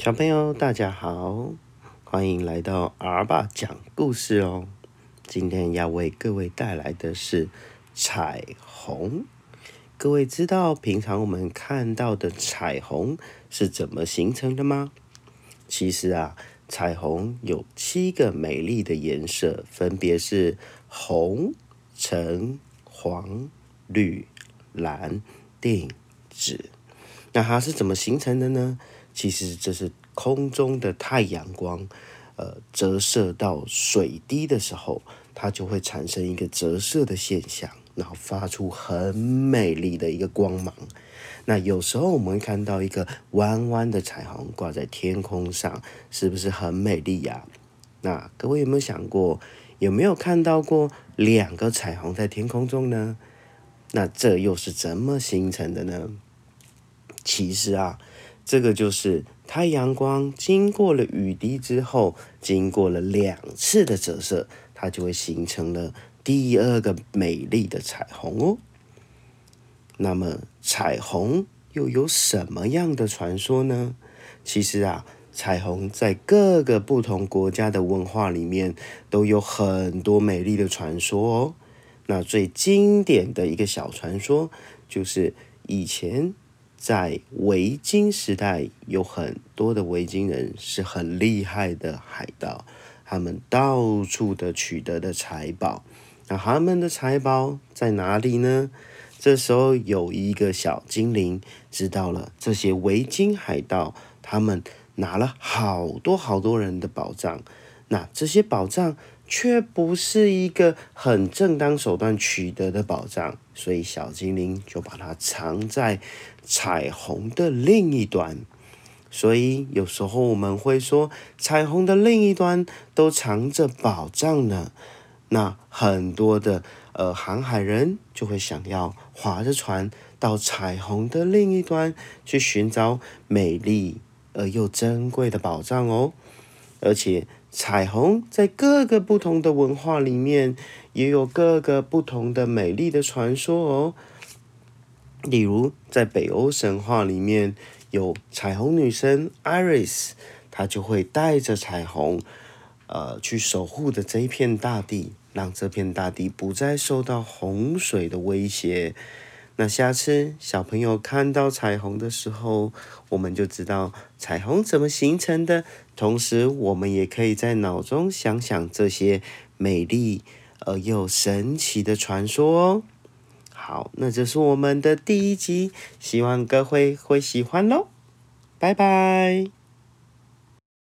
小朋友，大家好，欢迎来到儿爸讲故事哦。今天要为各位带来的是彩虹。各位知道平常我们看到的彩虹是怎么形成的吗？其实啊，彩虹有7个美丽的颜色，分别是红、橙、黄、绿、蓝、靛、紫。那它是怎么形成的呢？其实这是空中的太阳光，折射到水滴的时候，它就会产生一个折射的现象，然后发出很美丽的一个光芒。那有时候我们会看到一个弯弯的彩虹挂在天空上，是不是很美丽呀？那各位有没有想过，有没有看到过2个彩虹在天空中呢？那这又是怎么形成的呢？其实啊，这个就是太阳光经过了雨滴之后，经过了2次的折射，它就会形成了第2个美丽的彩虹哦。那么彩虹又有什么样的传说呢？其实啊，彩虹在各个不同国家的文化里面都有很多美丽的传说哦。那最经典的一个小传说就是以前在维京时代，有很多的维京人是很厉害的海盗，他们到处的取得的财宝。那他们的财宝在哪里呢？这时候有一个小精灵知道了这些维京海盗，他们拿了好多人的宝藏，那这些宝藏却不是一个很正当手段取得的宝藏，所以小精灵就把它藏在彩虹的另一端。所以有时候我们会说，彩虹的另一端都藏着宝藏呢。那很多的航海人就会想要划着船到彩虹的另一端去寻找美丽而又珍贵的宝藏哦。而且彩虹在各个不同的文化里面也有各个不同的美丽的传说哦。例如在北欧神话里面有彩虹女神 Iris， 她就会带着彩虹去守护着这一片大地，让这片大地不再受到洪水的威胁。那下次小朋友看到彩虹的时候，我们就知道彩虹怎么形成的，同时我们也可以在脑中想想这些美丽而又神奇的传说哦。好，那这是我们的第1集，希望各位会喜欢咯，拜拜。